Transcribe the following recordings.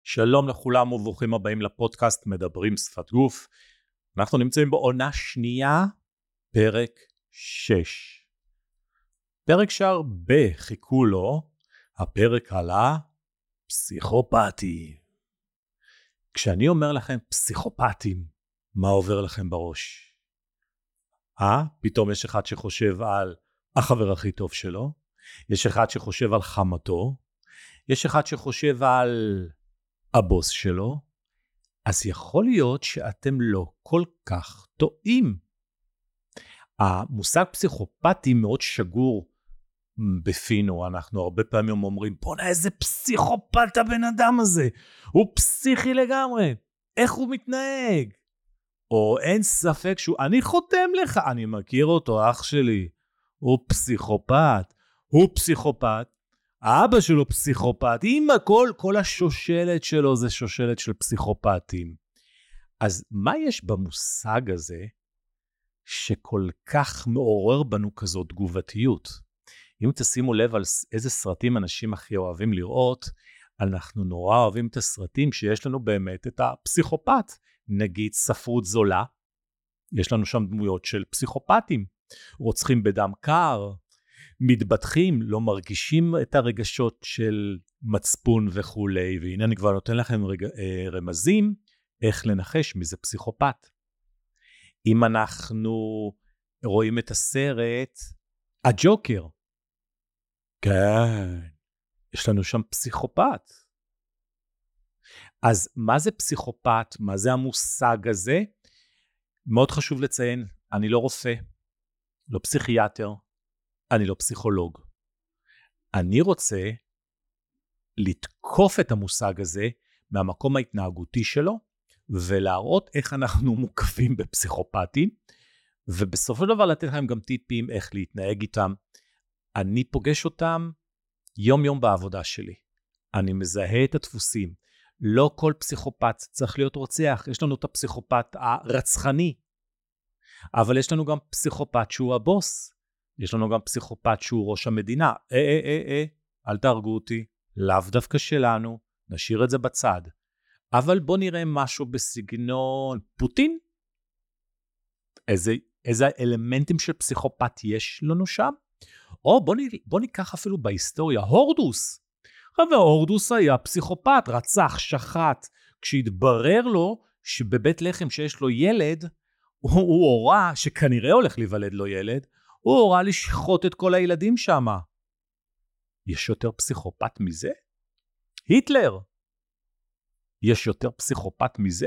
שלום לכולם וברוכים הבאים לפודקאסט מדברים שפת גוף. אנחנו נמצאים בעונה שנייה, פרק 6. פרק שהרבה חיכו לו, הפרק על הפסיכופתי. כשאני אומר לכם פסיכופטים, מה עובר לכם בראש? פתאום יש אחד שחושב על החבר הכי טוב שלו, יש אחד שחושב על חמתו, יש אחד שחושב על הבוס שלו, אז יכול להיות שאתם לא כל כך טועים. המושג פסיכופתי מאוד שגור בפינו, אנחנו הרבה פעמים אומרים, בונה איזה פסיכופת הבן אדם הזה, הוא פסיכי לגמרי, איך הוא מתנהג? או אין ספק אני חותם לך, אני מכיר אותו, אח שלי, הוא פסיכופת, האבא שלו פסיכופת, עם כל השושלת שלו זה שושלת של פסיכופטים. אז מה יש במושג הזה שכל כך מעורר בנו כזאת תגובתיות? אם תשימו לב על איזה סרטים אנשים הכי אוהבים לראות, אנחנו נורא אוהבים את הסרטים שיש לנו באמת את הפסיכופת. נגיד ספרות זולה, יש לנו שם דמויות של פסיכופטים, רוצחים בדם קר, מתבטחים, לא מרגישים את הרגשות של מצפון וכו'. והנה אני כבר נותן לכם רמזים איך לנחש מי זה פסיכופת. אם אנחנו רואים את הסרט הג'וקר, כן, יש לנו שם פסיכופת. אז מה זה פסיכופת? מה זה המושג הזה? מאוד חשוב לציין, אני לא רופא, לא פסיכיאטר, אני לא פסיכולוג. אני רוצה לתקוף את המושג הזה מהמקום ההתנהגותי שלו, ולהראות איך אנחנו מוקפים בפסיכופטים, ובסופו של דבר לתת להם גם טיפים איך להתנהג איתם. אני פוגש אותם יום יום בעבודה שלי. אני מזהה את הדפוסים. לא כל פסיכופת צריך להיות רוצח. יש לנו את הפסיכופת הרצחני, אבל יש לנו גם פסיכופת שהוא הבוס. יש לנו גם פסיכופת שהוא ראש המדינה. אל תהרגו אותי, לאו דווקא שלנו, נשאיר את זה בצד. אבל בוא נראה משהו בסגנון פוטין. איזה אלמנטים של פסיכופת יש לנו שם? או בוא ניקח אפילו בהיסטוריה, הורדוס. והורדוס היה פסיכופת, רצח, שחט. כשהתברר לו שבבית לחם שיש לו ילד, הוא הורה שכנראה הולך להיוולד לו ילד, הוא הורה לשחוט את כל הילדים שם. יש יותר פסיכופת מזה? היטלר. יש יותר פסיכופת מזה?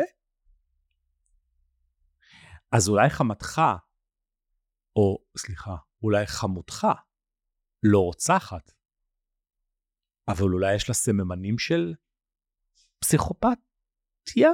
אז אולי חמתך, אולי חמותך, לא רוצחת, אבל אולי יש לה סממנים של פסיכופתיה?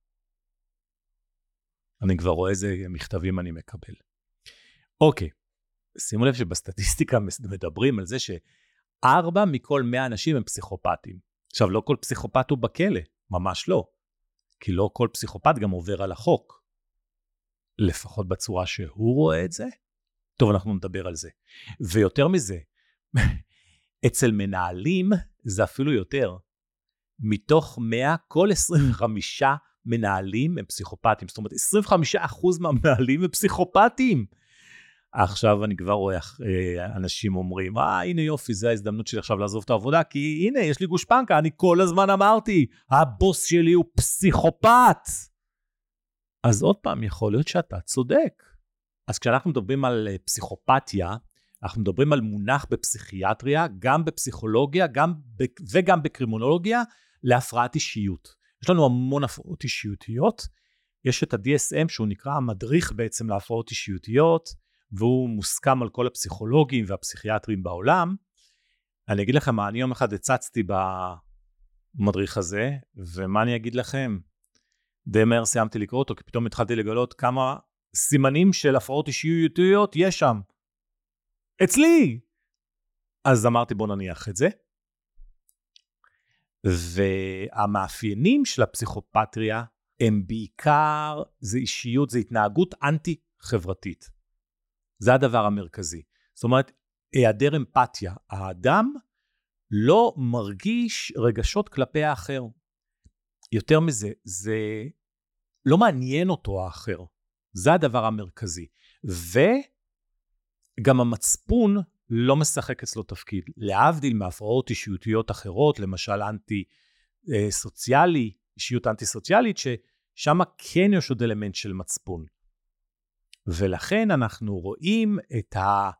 אני כבר רואה איזה מכתבים אני מקבל. אוקיי. שימו לב שבסטטיסטיקה מדברים על זה ש4 מכל 100 אנשים הם פסיכופטים. עכשיו, לא כל פסיכופט הוא בכלא, ממש לא. כי לא כל פסיכופט גם עובר על החוק. לפחות בצורה שהוא רואה את זה. טוב, אנחנו נדבר על זה. ויותר מזה, אצל מנהלים זה אפילו יותר. מתוך 100, כל 25 מנהלים הם פסיכופטים. זאת אומרת, 25% מהמנהלים הם פסיכופטים. עכשיו אני כבר רואה אנשים אומרים, הנה יופי, זה ההזדמנות שלי עכשיו לעזוב את העבודה, כי הנה, יש לי גושפנקה, אני כל הזמן אמרתי, הבוס שלי הוא פסיכופת. אז עוד פעם, יכול להיות שאתה צודק. אז כשאנחנו מדברים על פסיכופתיה, אנחנו מדברים על מונח בפסיכיאטריה, גם בפסיכולוגיה, וגם בקרימינולוגיה, להפרעת אישיות. יש לנו המון הפרעות אישיותיות, יש את ה-DSM שהוא נקרא המדריך בעצם להפרעות אישיותיות, והוא מוסכם על כל הפסיכולוגים והפסיכיאטרים בעולם. אני אגיד לכם מה, אני יום אחד הצצתי במדריך הזה, ומה אני אגיד לכם? די מהר סיימתי לקרוא אותו, כי פתאום התחלתי לגלות כמה סימנים של הפרעות אישיותיות יש שם. אצלי! אז אמרתי בוא נניח את זה. והמאפיינים של הפסיכופטריה הם בעיקר, זה אישיות, זה התנהגות אנטי-חברתית. זה הדבר המרכזי. זאת אומרת, היעדר אמפתיה. האדם לא מרגיש רגשות כלפי האחר. יותר מזה, זה לא מעניין אותו האחר. זה הדבר המרכזי. וגם המצפון לא משחק אצלו תפקיד. להבדיל מהפרעות אישיותיות אחרות, למשל סוציאלי, אישיות אנטי-סוציאלית, ששם כן יש עוד אלמנט של מצפון. ולכן אנחנו רואים את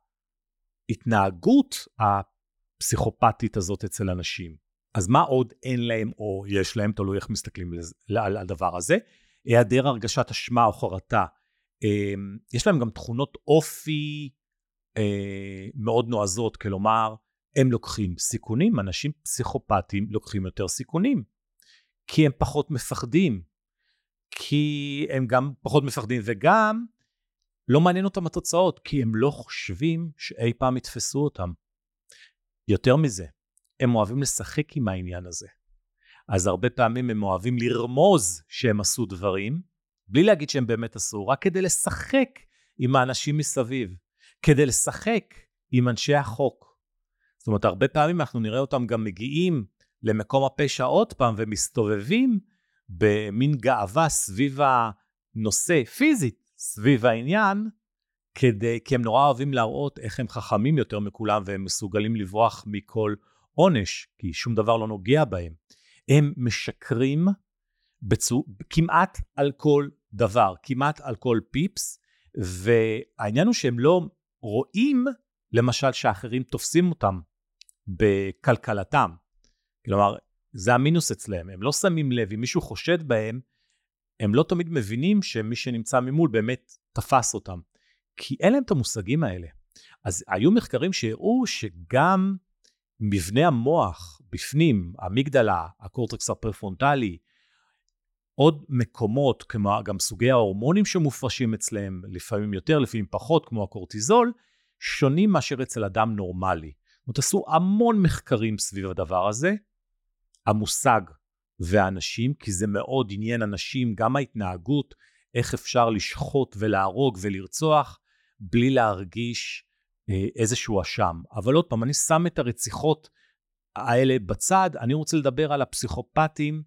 ההתנהגות הפסיכופתית הזאת אצל אנשים. אז מה עוד אין להם או יש להם, תלוי איך מסתכלים על הדבר הזה? היעדר הרגשת אשמה או חרטה. יש להם גם תכונות אופי מאוד נועזות, כלומר, הם לוקחים סיכונים, אנשים פסיכופתיים לוקחים יותר סיכונים, כי הם פחות מפחדים, כי הם גם פחות מפחדים, וגם לא מעניין אותם התוצאות, כי הם לא חושבים שאי פעם יתפסו אותם. יותר מזה, הם אוהבים לשחק עם העניין הזה. אז הרבה פעמים הם אוהבים לרמוז שהם עשו דברים, בלי להגיד שהם באמת עשו, רק כדי לשחק עם האנשים מסביב, כדי לשחק עם אנשי החוק. זאת אומרת, הרבה פעמים אנחנו נראה אותם גם מגיעים למקום הפשע עוד פעם, ומסתובבים במין גאווה סביב הנושא, פיזית, סביב העניין, כי הם נורא אוהבים להראות איך הם חכמים יותר מכולם, והם מסוגלים לברוח מכל עונש, כי שום דבר לא נוגע בהם. הם משקרים כמעט על כל דבר, כמעט על כל פיפס, והעניין הוא שהם לא רואים, למשל, שאחרים תופסים אותם בכלכלתם. כלומר, זה המינוס אצלם, הם לא שמים לב, אם מישהו חושד בהם, הם לא תמיד מבינים שמי שנמצא ממול באמת תפס אותם, כי אין להם את המושגים האלה. אז היו מחקרים שהראו שגם מבנה המוח בפנים, המגדלה, הקורטקס הפרפרונטלי, עוד מקומות, כמו גם סוגי ההורמונים שמופרשים אצלם, לפעמים יותר, לפעמים פחות, כמו הקורטיזול, שונים מאשר אצל אדם נורמלי. עשו המון מחקרים סביב הדבר הזה, המושג והאנשים, כי זה מאוד עניין אנשים, גם ההתנהגות, איך אפשר לשחוט ולהרוג ולרצוח, בלי להרגיש איזשהו אשם. אבל עוד פעם, אני שם את הרציחות האלה בצד, אני רוצה לדבר על הפסיכופטים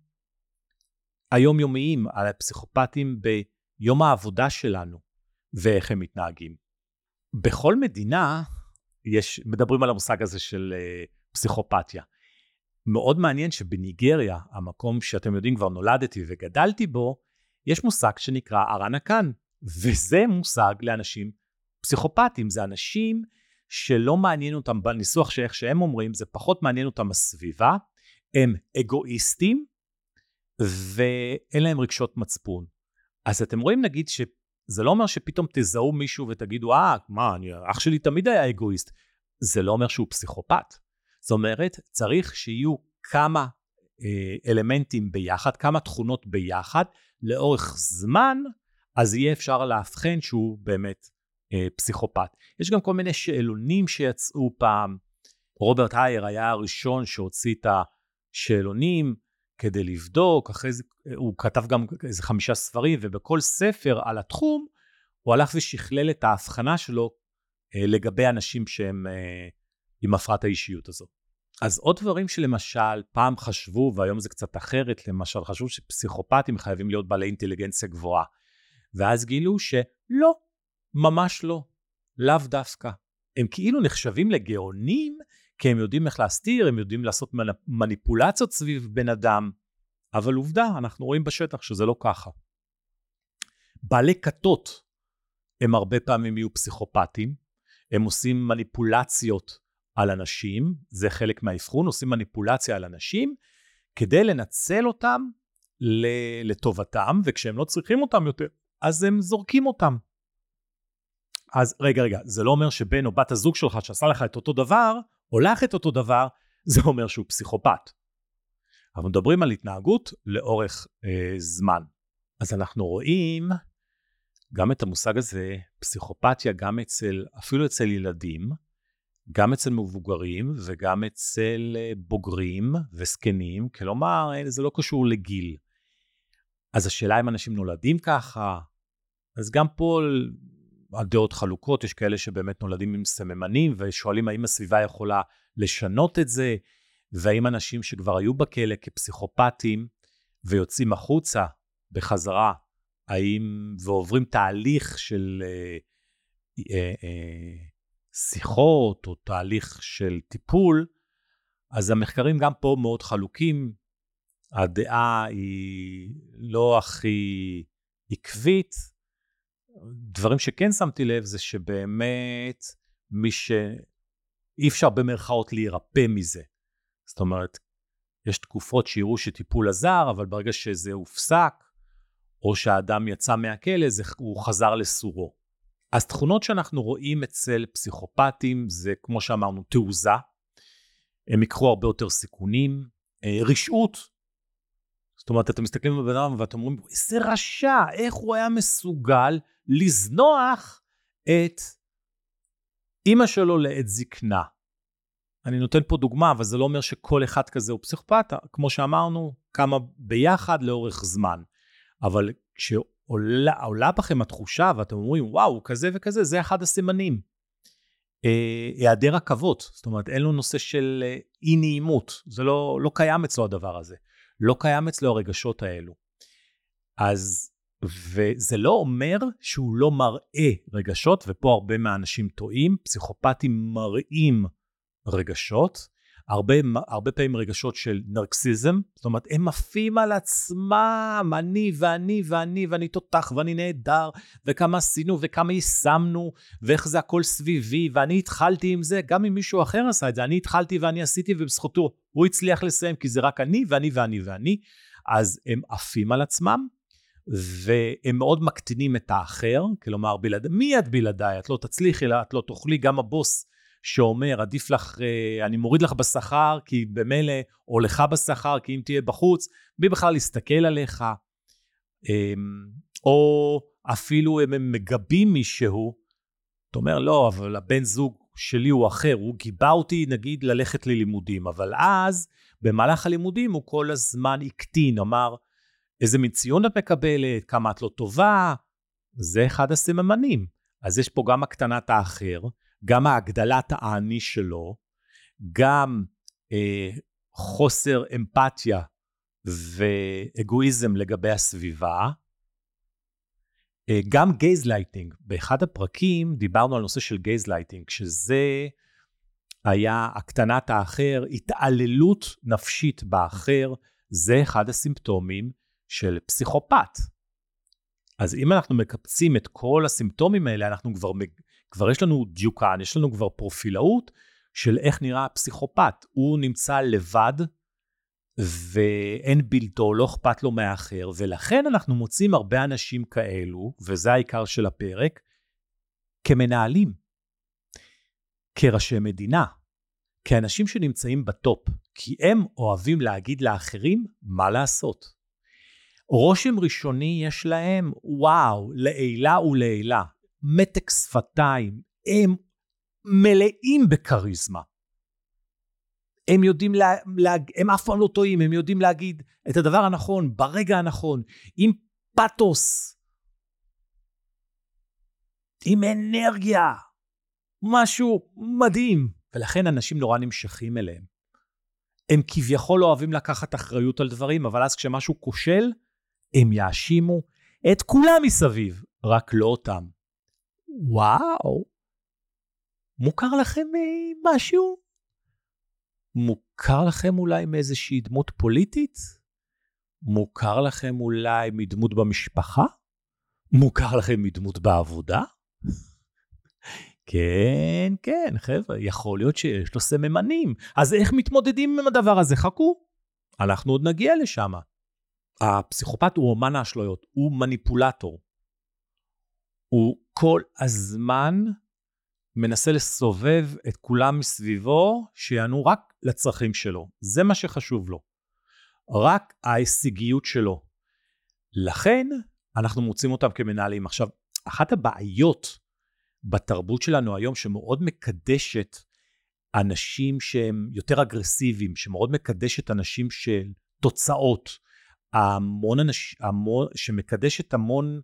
היומיומיים, על הפסיכופטים ביום העבודה שלנו, ואיך הם מתנהגים. בכל מדינה מדברים על המושג הזה של פסיכופתיה. מאוד מעניין שבניגריה, המקום שאתם יודעים כבר נולדתי וגדלתי בו, יש מושג שנקרא ארנקן, וזה מושג לאנשים פסיכופטים, זה אנשים שלא מעניין אותם בניסוח שאיך שהם אומרים, זה פחות מעניין אותם הסביבה, הם אגואיסטים, ואין להם רגשות מצפון. אז אתם רואים נגיד שזה לא אומר שפתאום תזהו מישהו ותגידו, אח שלי תמיד היה אגואיסט. זה לא אומר שהוא פסיכופת. זאת אומרת, צריך שיהיו כמה אלמנטים ביחד, כמה תכונות ביחד, לאורך זמן, אז יהיה אפשר להבחן שהוא באמת פסיכופת. יש גם כל מיני שאלונים שיצאו פעם. רוברט הייר היה הראשון שהוציא את השאלונים כדי לבדוק, אחרי זה הוא כתב גם איזה 5 ספרים, ובכל ספר על התחום, הוא הלך ושכלל את ההבחנה שלו לגבי אנשים שהם עם הפרעת האישיות הזו. אז עוד דברים שלמשל פעם חשבו, והיום זה קצת אחרת, למשל חשבו שפסיכופטים חייבים להיות בעלי אינטליגנציה גבוהה, ואז גילו שלא, ממש לא, לאו דווקא. הם כאילו נחשבים לגאונים, כי הם יודעים איך להסתיר, הם יודעים לעשות מניפולציות סביב בן אדם, אבל עובדה, אנחנו רואים בשטח שזה לא ככה. בעלי כתות, הם הרבה פעמים יהיו פסיכופטים, הם עושים מניפולציות על אנשים, זה חלק מהאבחון, עושים מניפולציה על אנשים, כדי לנצל אותם לטובתם, וכשהם לא צריכים אותם יותר, אז הם זורקים אותם. אז רגע, זה לא אומר שבן או בת הזוג שלך שעשה לך את אותו דבר, או לך את אותו דבר, זה אומר שהוא פסיכופת. אבל מדברים על התנהגות לאורך זמן. אז אנחנו רואים גם את המושג הזה, פסיכופתיה, גם אפילו אצל ילדים, גם אצל מבוגרים, וגם אצל בוגרים וסקנים, כלומר, זה לא קשור לגיל. אז השאלה אם אנשים נולדים ככה, אז גם פה הדעות חלוקות, יש כאלה שבאמת נולדים עם סממנים, ושואלים האם הסביבה יכולה לשנות את זה, והאם אנשים שכבר היו בכלא כפסיכופטים, ויוצאים החוצה בחזרה, ועוברים תהליך של שיחות או תהליך של טיפול, אז המחקרים גם פה מאוד חלוקים, הדעה היא לא הכי עקבית, דברים שכן שמתי לב זה שבאמת אי אפשר במרכאות להירפא מזה, זאת אומרת, יש תקופות שיראו שטיפול עזר, אבל ברגע שזה הופסק, או שהאדם יצא מהכלא, הוא חזר לסורו. אז תכונות שאנחנו רואים אצל פסיכופטים, זה כמו שאמרנו, תעוזה, הם יקחו הרבה יותר סיכונים, רשעות, זאת אומרת, אתם מסתכלים בבן אדם ואתם אומרים, איזה רשע, איך הוא היה מסוגל לזנוח את אמא שלו לעת זקנה. אני נותן פה דוגמה, אבל זה לא אומר שכל אחד כזה הוא פסיכופת, כמו שאמרנו, כמה ביחד לאורך זמן. אבל כשעולה בכם התחושה, ואתם אומרים, וואו, כזה וכזה, זה אחד הסימנים. היעדר עכבות, זאת אומרת, אין לו נושא של אי נעימות, זה לא קיים אצלו הדבר הזה. לא קיים אצלו הרגשות האלו. וזה לא אומר שהוא לא מראה רגשות, ופה הרבה מהאנשים טועים, פסיכופטים מראים רגשות, הרבה פעמים רגשות של נרקסיזם, זאת אומרת, הם מפים על עצמם, ואני תותח, ואני נהדר, וכמה עשינו, וכמה יישמנו, ואיך זה הכל סביבי, ואני התחלתי עם זה, גם אם מישהו אחר עשה את זה, אני התחלתי ואני עשיתי, ובזכותו הוא הצליח לסיים, כי זה רק אני, ואני, אז הם עפים על עצמם, והם מאוד מקטינים את האחר, כלומר, מי את בלעדיי? את לא תצליחי, את לא תוכלי, גם הבוס, שאומר, עדיף לך, אני מוריד לך בשכר, כי במילא, או לך בשכר, כי אם תהיה בחוץ, בי בכלל להסתכל עליך, או אפילו הם מגבים מישהו, אתה אומר, לא, אבל הבן זוג שלי הוא אחר, הוא גיבה אותי, נגיד, ללכת ללימודים, אבל אז, במהלך הלימודים, הוא כל הזמן הקטין, אמר, איזה מציון את מקבלת, כמה את לא טובה, זה אחד הסממנים. אז יש פה גם הקטנת האחר, גם ההגדלת האני שלו, גם חוסר אמפתיה ואגואיזם לגבי הסביבה, גם גייזלייטינג. באחד הפרקים דיברנו על נושא של גייזלייטינג, שזה היה הקטנת האחר, התעללות נפשית באחר, זה אחד הסימפטומים של פסיכופת. אז אם אנחנו מקפצים את כל הסימפטומים האלה, אנחנו כבר יש לנו דיוקן, יש לנו כבר פרופילאות של איך נראה הפסיכופת. הוא נמצא לבד, ואין בלתו, לא אכפת לו מהאחר, ולכן אנחנו מוצאים הרבה אנשים כאלו, וזה העיקר של הפרק, כמנהלים, כראשי מדינה, כאנשים שנמצאים בטופ, כי הם אוהבים להגיד לאחרים מה לעשות. רושם ראשוני יש להם, וואו, לעילה ולעילה, מתק שפתיים, הם מלאים בקריזמה. הם יודעים, הם אף פעם לא טועים, הם יודעים להגיד את הדבר הנכון, ברגע הנכון, עם פאטוס, עם אנרגיה, משהו מדהים. ולכן אנשים נורא נמשכים אליהם. הם כביכול אוהבים לקחת אחריות על דברים, אבל אז כשמשהו כושל, הם יאשימו את כולם מסביב, רק לא אותם. וואו, מוכר לכם משהו? מוכר לכם אולי מאיזושהי דמות פוליטית? מוכר לכם אולי מדמות במשפחה? מוכר לכם מדמות בעבודה? כן, כן, חבר'ה, יכול להיות שיש לו סממנים. אז איך מתמודדים עם הדבר הזה? חכו, אנחנו עוד נגיע לשם. הפסיכופת הוא אומן האשליות, הוא מניפולטור. הוא כל הזמן מנסה לסובב את כולם מסביבו, שיענו רק לצרכים שלו. זה מה שחשוב לו. רק ההישגיות שלו. לכן, אנחנו מוצאים אותם כמנהלים. עכשיו, אחת הבעיות בתרבות שלנו היום, שמאוד מקדשת אנשים שהם יותר אגרסיביים, שמאוד מקדשת אנשים של תוצאות, שמקדשת המון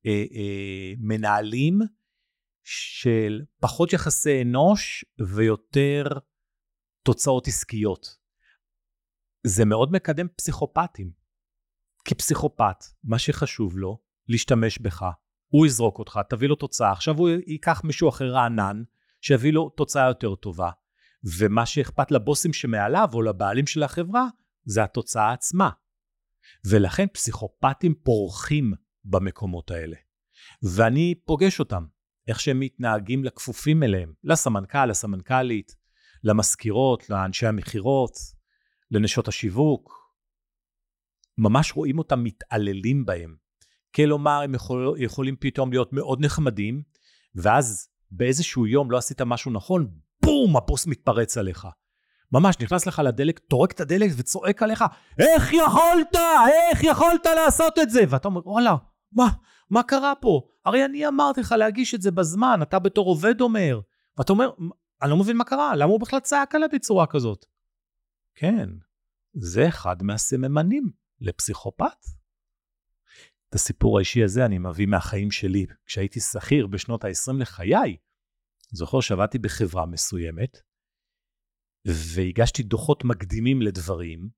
מנהלים של פחות יחסי אנוש ויותר תוצאות עסקיות. זה מאוד מקדם פסיכופטים. כפסיכופת, מה שחשוב לו, להשתמש בך, הוא יזרוק אותך, תביא לו תוצאה, עכשיו הוא ייקח מישהו אחר רענן, שיביא לו תוצאה יותר טובה, ומה שאכפת לבוסים שמעליו, או לבעלים של החברה, זה התוצאה עצמה. ולכן פסיכופטים פורחים במקומות האלה. ואני פוגש אותם, איך שהם מתנהגים לכפופים אליהם, לסמנכ"ל, לסמנכ"לית, למזכירות, לאנשי המחירות, לנשות השיווק. ממש רואים אותם מתעללים בהם. כלומר, הם יכולים פתאום להיות מאוד נחמדים, ואז באיזשהו יום לא עשית משהו נכון, בום, הבוס מתפרץ עליך. ממש נכנס לך לדלק, טורק את הדלק וצועק עליך, איך יכולת לעשות את זה? ואתה אומר, וואלה, מה קרה פה? הרי אני אמרתי לך להגיש את זה בזמן, אתה בתור עובד אומר. ואתה אומר, אני לא מבין מה קרה, למה הוא בכלל צעק עליי בצורה כזאת? כן, זה אחד מהסממנים לפסיכופת. את הסיפור האישי הזה אני מביא מהחיים שלי. כשהייתי שכיר בשנות ה-20 לחיי, זוכר שעבדתי בחברה מסוימת, והגשתי דוחות מקדימים לדברים,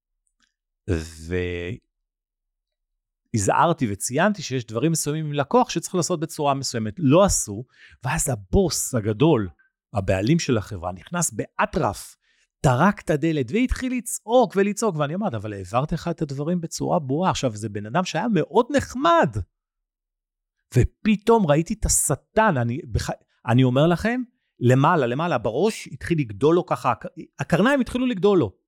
והזהרתי וציינתי שיש דברים מסוימים עם לקוח שצריך לעשות בצורה מסוימת. לא עשו, ואז הבוס הגדול, הבעלים של החברה, נכנס באטרף, טרק את הדלת והתחיל לצעוק ולצעוק, ואני אמרתי, אבל העברתי לך את הדברים בצורה ברורה. עכשיו, זה בן אדם שהיה מאוד נחמד, ופתאום ראיתי את השטן, אני אומר לכם, למעלה, בראש התחיל לגדול לו ככה, הקרניים התחילו לגדול לו.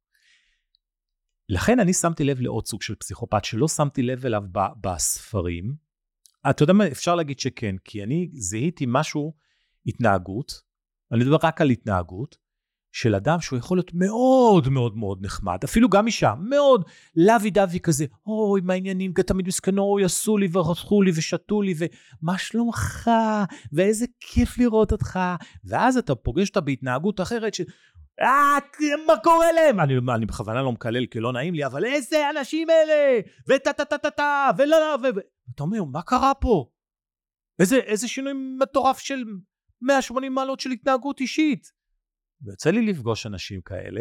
לכן אני שמתי לב לעוד סוג של פסיכופת, שלא שמתי לב אליו בספרים. אתה יודע מה, אפשר להגיד שכן, כי אני זיהיתי משהו, התנהגות, אני מדבר רק על התנהגות, של אדם שהוא יכול להיות מאוד מאוד מאוד נחמד, אפילו גם אישה, מאוד לוי דווי כזה, אוי, מה העניינים, תמיד מסכנו, יעשו לי ורצחו לי ושתו לי, ומה שלומך, ואיזה כיף לראות אותך, ואז אתה פוגש אותה בהתנהגות אחרת, מה קורה להם? אני בכוונה לא מקלל, כי לא נעים לי, אבל איזה אנשים אלה, וטטטטטטה, ואתה אומר, מה קרה פה? איזה שינוי מטורף של 180 מעלות של התנהגות אישית. ויוצא לי לפגוש אנשים כאלה,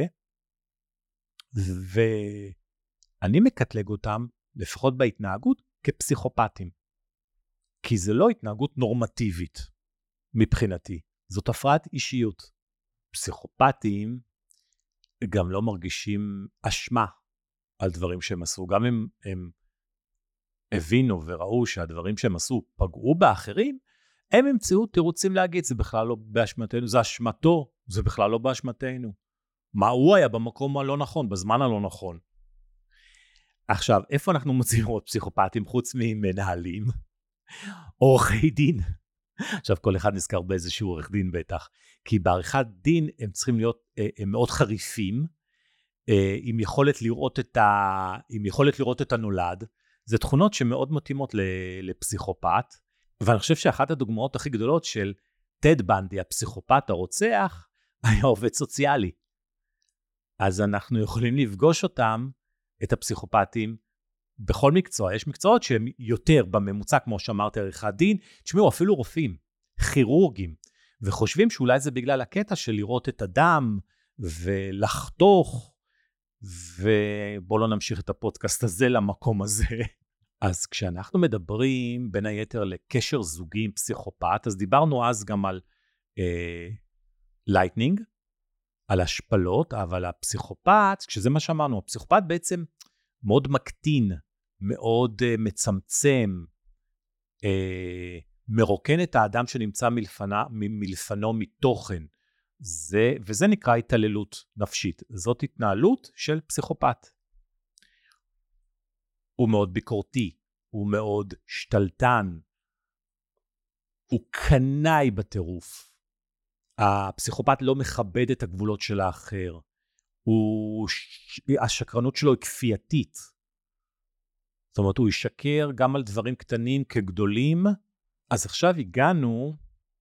ואני מקטלג אותם, לפחות בהתנהגות, כפסיכופטים. כי זה לא התנהגות נורמטיבית, מבחינתי. זאת הפרעת אישיות. פסיכופטים גם לא מרגישים אשמה על דברים שהם עשו. גם אם הם הבינו וראו שהדברים שהם עשו פגעו באחרים, הם ימצאו תירוצים להגיד, זה בכלל לא באשמתנו, זה אשמתו, זה בכלל לא באשמתנו. מה הוא היה במקום הלא נכון, בזמן הלא נכון. עכשיו, איפה אנחנו מוצאים עוד פסיכופטים חוץ ממנהלים? עורכי דין. עכשיו, כל אחד נזכר באיזשהו עורך דין בטח, כי בעריכת דין הם צריכים להיות הם מאוד חריפים, עם יכולת לראות את הנולד. זה תכונות שמאוד מתאימות לפסיכופט, ואני חושב שאחת הדוגמאות הכי גדולות של טד בנדי, הפסיכופט הרוצח, היה עובד סוציאלי. אז אנחנו יכולים לפגוש אותם, את הפסיכופטים, בכל מקצוע. יש מקצועות שהם יותר בממוצע, כמו שאמרתי, עריכת דין, תשמעו, אפילו רופאים, כירורגים, וחושבים שאולי זה בגלל הקטע של לראות את הדם, ולחתוך, ובואו לא נמשיך את הפודקאסט הזה למקום הזה. אז כשאנחנו מדברים בין היתר לקשר זוגי עם פסיכופט, אז דיברנו אז גם על לייטנינג, על השפלות, אבל הפסיכופט, כשזה מה שאמרנו, הפסיכופט בעצם מאוד מקטין, מאוד מצמצם, מרוקן את האדם שנמצא מלפנו מתוכן, וזה נקרא התעללות נפשית. זאת התנהלות של פסיכופט. הוא מאוד ביקורתי, הוא מאוד שתלטן, הוא קנאי בטירוף. הפסיכופט לא מכבד את הגבולות של האחר. השקרנות שלו היא כפייתית. זאת אומרת, הוא ישקר גם על דברים קטנים כגדולים. אז עכשיו הגענו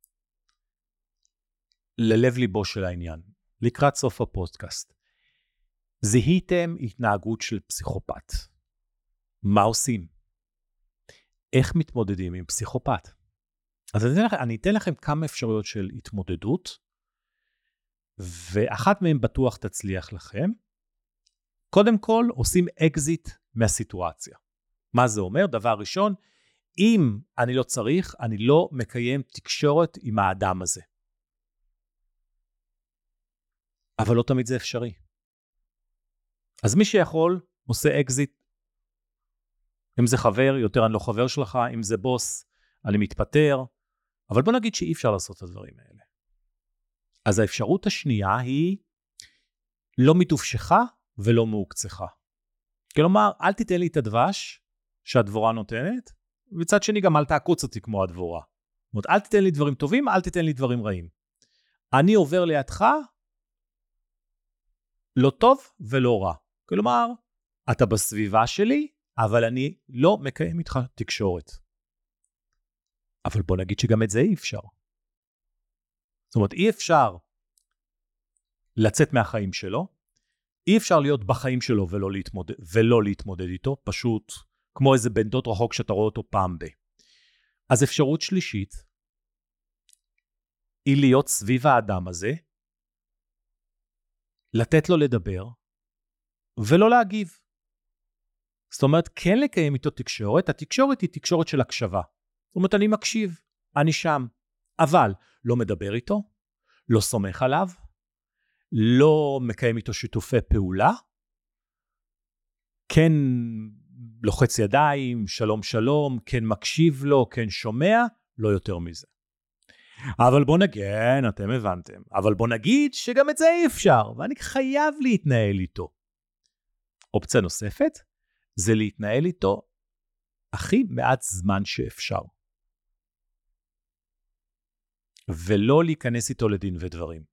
ללב ליבו של העניין, לקראת סוף הפודקאסט. זיהיתם התנהגות של פסיכופט. מה עושים? איך מתמודדים עם פסיכופט? אז אני אתן לכם כמה אפשרויות של התמודדות, ואחת מהן בטוח תצליח לכם. קודם כל, עושים אקזיט מהסיטואציה. מה זה אומר? דבר ראשון, אם אני לא צריך, אני לא מקיים תקשורת עם האדם הזה. אבל לא תמיד זה אפשרי. אז מי שיכול, עושה אקזיט. אם זה חבר, יותר אני לא חבר שלך, אם זה בוס, אני מתפטר, אבל בוא נגיד שאי אפשר לעשות את הדברים האלה. אז האפשרות השנייה היא לא מתופשך ולא מעוקצך. כלומר, אל תיתן לי את הדבש שהדבורה נותנת, וצד שני גם אל תעקוץ אותי כמו הדבורה. זאת אומרת, אל תיתן לי דברים טובים, אל תיתן לי דברים רעים. אני עובר לידך לא טוב ולא רע. כלומר, אתה בסביבה שלי, אבל אני לא מקיים איתך תקשורת. אבל בוא נגיד שגם את זה אי אפשר. זאת אומרת, אי אפשר לצאת מהחיים שלו, אי אפשר להיות בחיים שלו ולא להתמודד איתו, פשוט כמו איזה בן דוד רחוק שאתה רואה אותו פעם ב. אז אפשרות שלישית, היא להיות סביב האדם הזה, לתת לו לדבר, ולא להגיב. זאת אומרת, כן לקיים איתו תקשורת, התקשורת היא תקשורת של הקשבה. זאת אומרת, אני מקשיב, אני שם, אבל לא מדבר איתו, לא סומך עליו, לא מקיים איתו שיתופי פעולה, כן לוחץ ידיים, שלום שלום, כן מקשיב לו, כן שומע, לא יותר מזה. אבל בוא נגיד, אתם הבנתם, אבל בוא נגיד שגם את זה אי אפשר, ואני חייב להתנהל איתו. אופציה נוספת, זה להתנהל איתו הכי מעט זמן שאפשר. ולא להיכנס איתו לדין ודברים.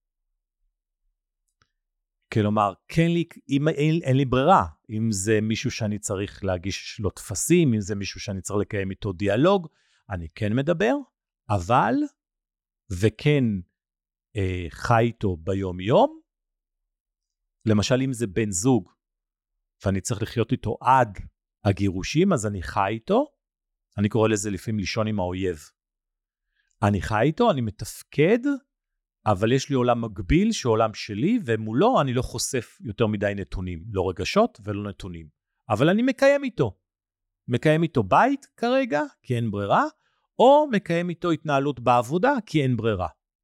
כלומר, אם אין לי ברירה, אם זה מישהו שאני צריך להגיש לו תפסים, אם זה מישהו שאני צריך לקיים איתו דיאלוג, אני כן מדבר, אבל, וכן חי איתו ביום יום, למשל אם זה בן זוג, ואני צריך לחיות איתו עד הגירושים, אז אני חי איתו, אני קורא לזה לפעמים לישון עם האויב. אני חי איתו, אני מתפקד, אבל יש לי עולם מקביל שהוא עולם שלי, ומולו אני לא חושף יותר מדי נתונים, לא רגשות ולא נתונים. אבל אני מקיים איתו. מקיים איתו בית כרגע, כי אין ברירה, או מקיים איתו התנהלות בעבודה, כי אין ברירה.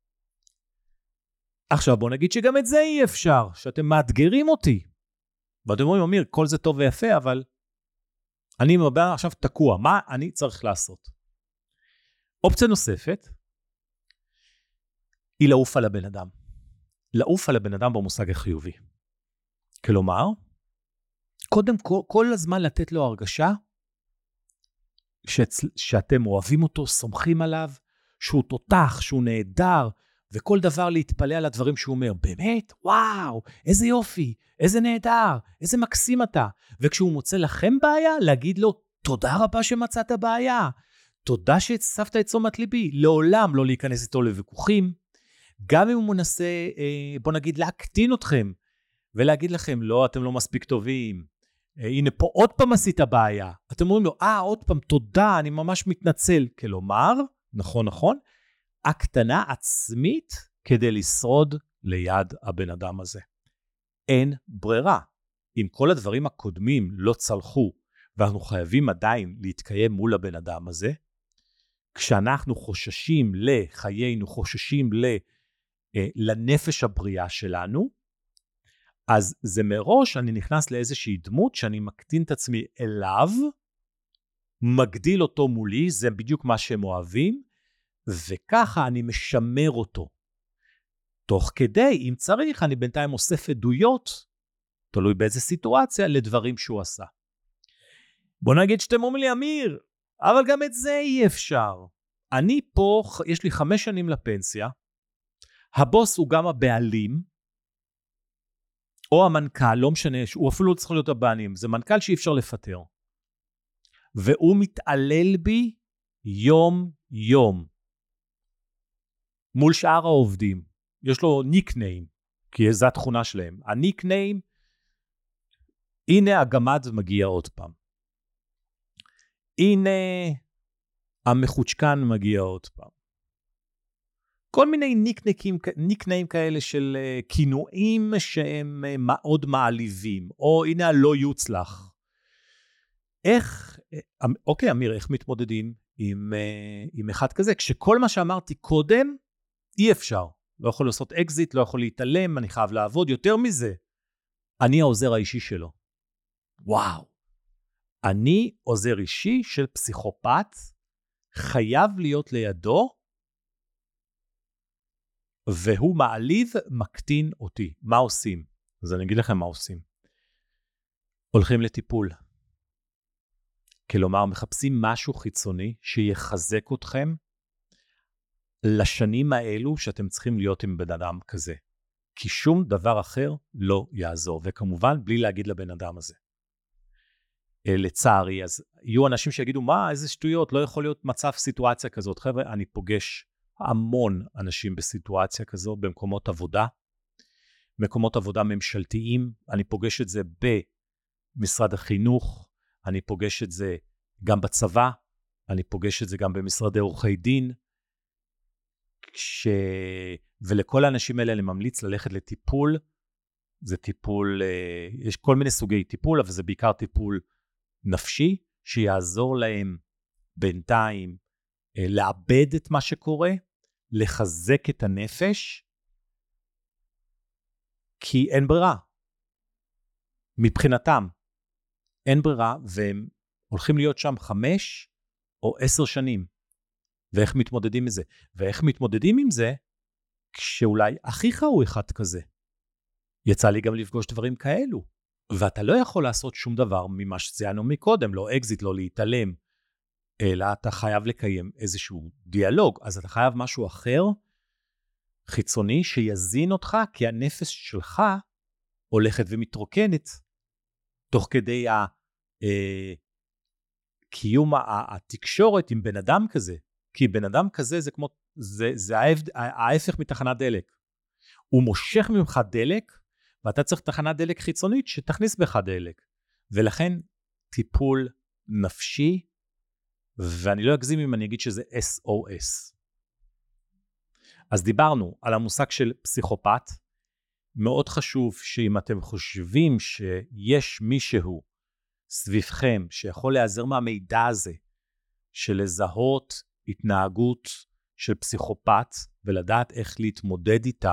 עכשיו בוא נגיד שגם את זה אי אפשר, שאתם מאתגרים אותי. ואתם אומרים, אמיר, כל זה טוב ויפה, אבל אני מבא עכשיו תקוע, מה אני צריך לעשות? אופציה נוספת, היא לעוף על הבן אדם. לעוף על הבן אדם במושג החיובי. כלומר, קודם כל הזמן לתת לו הרגשה שאתם אוהבים אותו, סומכים עליו, שהוא תותח, שהוא נהדר, וכל דבר להתפלא על הדברים שהוא אומר. באמת? וואו, איזה יופי, איזה נהדר, איזה מקסים אתה. וכשהוא מוצא לכם בעיה, להגיד לו, תודה רבה שמצאת בעיה. תודה שהצפת את תשומת ליבי. לעולם לא להיכנס איתו לוויכוחים. גם אם הוא מנסה, בוא נגיד, להקטין אתכם, ולהגיד לכם, לא, אתם לא מספיק טובים. הנה פה עוד פעם עשית בעיה. אתם אומרים לו, עוד פעם, תודה, אני ממש מתנצל. כלומר, נכון, הקטנה עצמית כדי לשרוד ליד הבן אדם הזה. אין ברירה. אם כל הדברים הקודמים לא צלחו, ואנחנו חייבים עדיין להתקיים מול הבן אדם הזה, כשאנחנו חוששים לחיינו, חוששים לנפש הבריאה שלנו, אז זה מראש אני נכנס לאיזושהי דמות שאני מקטין את עצמי אליו, מגדיל אותו מולי, זה בדיוק מה שהם אוהבים, וככה אני משמר אותו. תוך כדי, אם צריך, אני בינתיים אוסף עדויות, תלוי באיזה סיטואציה, לדברים שהוא עשה. בוא נגיד שאתם אומרים לי, אמיר, אבל גם את זה אי אפשר. אני פה, יש לי 5 שנים לפנסיה, הבוס הוא גם הבעלים, או המנכ"ל, לא משנה, הוא אפילו לא צריך להיות הבעלים, זה מנכ"ל שאי אפשר לפטר. והוא מתעלל בי יום. מול שאר העובדים. יש לו ניקניים, כי זו התכונה שלהם. הניקניים, הנה הגמד מגיע עוד פעם. הנה המחוצ'קן מגיע עוד פעם. כל מיני ניקניים כאלה של כינויים שהם מאוד מעליבים, או הנה הלא יוצלח. אוקיי, אמיר, איך מתמודדים עם אחד כזה? כשכל מה שאמרתי קודם, אי אפשר. לא יכול לעשות אקזיט, לא יכול להתעלם, אני חייב לעבוד. יותר מזה, אני העוזר האישי שלו. וואו. אני עוזר אישי של פסיכופת, חייב להיות לידו, והוא מעליב, מקטין אותי. מה עושים? אז אני אגיד לכם מה עושים. הולכים לטיפול. כלומר, מחפשים משהו חיצוני שיחזק אתכם לשנים האלו שאתם צריכים להיות עם בן אדם כזה. כי שום דבר אחר לא יעזור, וכמובן בלי להגיד לבן אדם הזה. לצערי, אז יהיו אנשים שיגידו, מה, איזה שטויות, לא יכול להיות מצב סיטואציה כזאת. חבר'ה, אני פוגש המון אנשים בסיטואציה כזו, במקומות עבודה, מקומות עבודה ממשלתיים, אני פוגש את זה במשרד החינוך, אני פוגש את זה גם בצבא, אני פוגש את זה גם במשרדי עורכי דין, ולכל האנשים האלה אני ממליץ ללכת לטיפול, זה טיפול, יש כל מיני סוגי טיפול, אבל זה בעיקר טיפול נפשי, שיעזור להם בינתיים לאבד את מה שקורה, לחזק את הנפש, כי אין ברירה. מבחינתם, אין ברירה, והם הולכים להיות שם 5 או 10 שנים. ואיך מתמודדים עם זה? ואיך מתמודדים עם זה, כשאולי אחיך הוא אחד כזה. יצא לי גם לפגוש דברים כאלו. ואתה לא יכול לעשות שום דבר ממה שציינו מקודם, לא אקזיט, לא להתעלם, אלא אתה חייב לקיים איזשהו דיאלוג, אז אתה חייב משהו אחר, חיצוני, שיזין אותך, כי הנפש שלך הולכת ומתרוקנת, תוך כדי קיום התקשורת עם בן אדם כזה, כי בן אדם כזה זה כמו, זה ההפך מתחנת דלק. הוא מושך ממך דלק, ואתה צריך תחנת דלק חיצונית שתכניס בך דלק. ולכן טיפול נפשי, ואני לא אגזים אם אני אגיד שזה SOS. אז דיברנו על המושג של פסיכופת. מאוד חשוב שאם אתם חושבים שיש מישהו סביבכם שיכול להיעזר מהמידע הזה, של לזהות התנהגות של פסיכופת, ולדעת איך להתמודד איתה,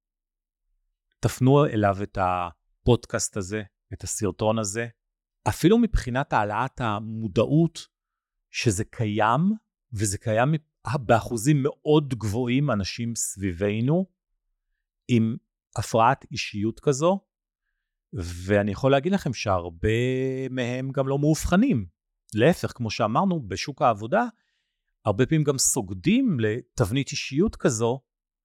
תפנו אליו את הפודקאסט הזה, את הסרטון הזה, אפילו מבחינת העלאת המודעות שזה קיים, וזה קיים באחוזים מאוד גבוהים אנשים סביבנו, עם הפרעת אישיות כזו, ואני יכול להגיד לכם שהרבה מהם גם לא מאובחנים. להפך, כמו שאמרנו, בשוק העבודה, הרבה פעמים גם סוגדים לתבנית אישיות כזו,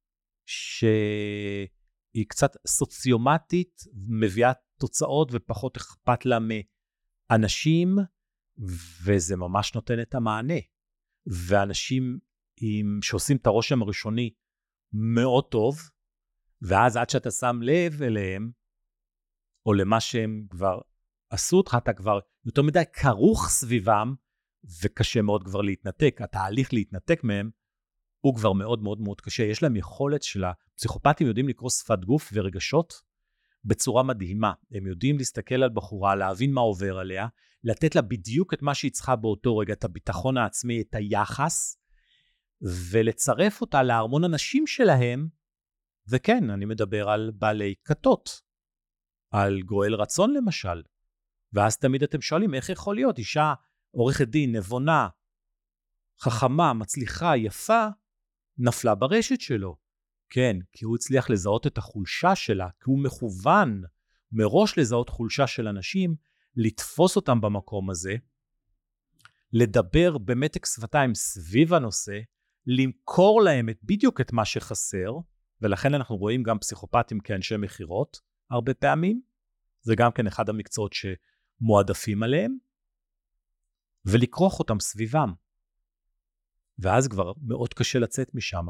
שהיא קצת סוציומטית, מביאה תוצאות ופחות אכפת לה מאנשים, וזה ממש נותן את המענה. ואנשים שעושים את הרושם הראשוני מאוד טוב, ואז עד שאתה שם לב אליהם, או למה שהם כבר עשו אותך, אתה כבר יותר מדי כרוך סביבם, וקשה מאוד כבר להתנתק. התהליך להתנתק מהם, הוא כבר מאוד מאוד מאוד קשה. יש להם יכולת של הפסיכופטים יודעים לקרוא שפת גוף ורגשות בצורה מדהימה. הם יודעים להסתכל על בחורה, להבין מה עובר עליה, לתת לה בדיוק את מה שהיא צריכה באותו רגע, את הביטחון העצמי, את היחס, ולצרף אותה להרמון הנשים שלהם, וכן, אני מדבר על בעלי כתות, על גואל רצון למשל, ואז תמיד אתם שואלים, איך יכול להיות אישה עורכת דין, נבונה, חכמה, מצליחה, יפה, נפלה ברשת שלו? כן, כי הוא הצליח לזהות את החולשה שלה, כי הוא מכוון מראש לזהות חולשה של אנשים, לתפוס אותם במקום הזה, לדבר במתק שפתיים סביב הנושא, למכור להם בדיוק את מה שחסר, ולכן אנחנו רואים גם פסיכופטים כאנשי מחירות, הרבה פעמים, זה גם כן אחד המקצועות שמועדפים עליהם, ולקרוח אותם סביבם. ואז כבר מאוד קשה לצאת משם.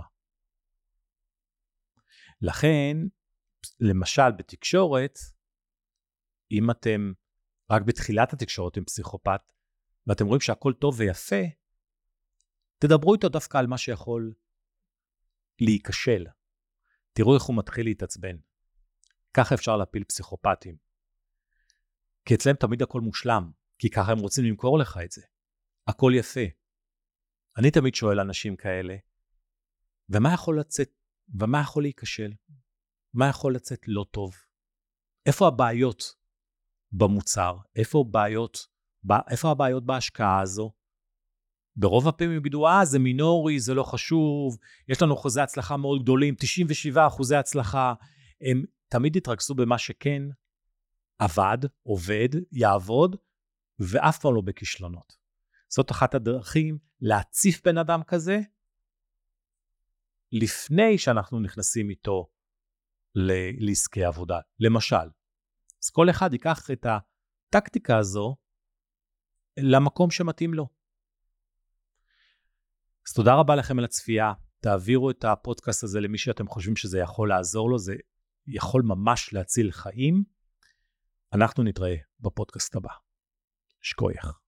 לכן, למשל בתקשורת, אם אתם רק בתחילת התקשורת עם פסיכופת, ואתם רואים שהכל טוב ויפה, תדברו איתו דווקא על מה שיכול להיכשל. תראו איך הוא מתחיל להתעצבן. ככה אפשר להפיל פסיכופטים. כי אצלם תמיד הכל מושלם. כי ככה הם רוצים למכור לך את זה. הכל יפה. אני תמיד שואל אנשים כאלה, ומה יכול לצאת, ומה יכול להיכשל? מה יכול לצאת לא טוב? איפה הבעיות במוצר? איפה הבעיות בהשקעה הזו? ברוב הפעמים יגידו, זה מינורי, זה לא חשוב, יש לנו אחוזי הצלחה מאוד גדולים, 97% הצלחה. הם תמיד יתרכזו במה שכן עובד, יעבוד, ואף פעם לא בכישלונות. זאת אחת הדרכים להציף בן אדם כזה, לפני שאנחנו נכנסים איתו לעסקי עבודה. למשל, אז כל אחד ייקח את הטקטיקה הזו למקום שמתאים לו. אז תודה רבה לכם על הצפייה, תעבירו את הפודקאסט הזה למי שאתם חושבים שזה יכול לעזור לו, זה יכול ממש להציל חיים. אנחנו נתראה בפודקאסט הבא. שקוייך.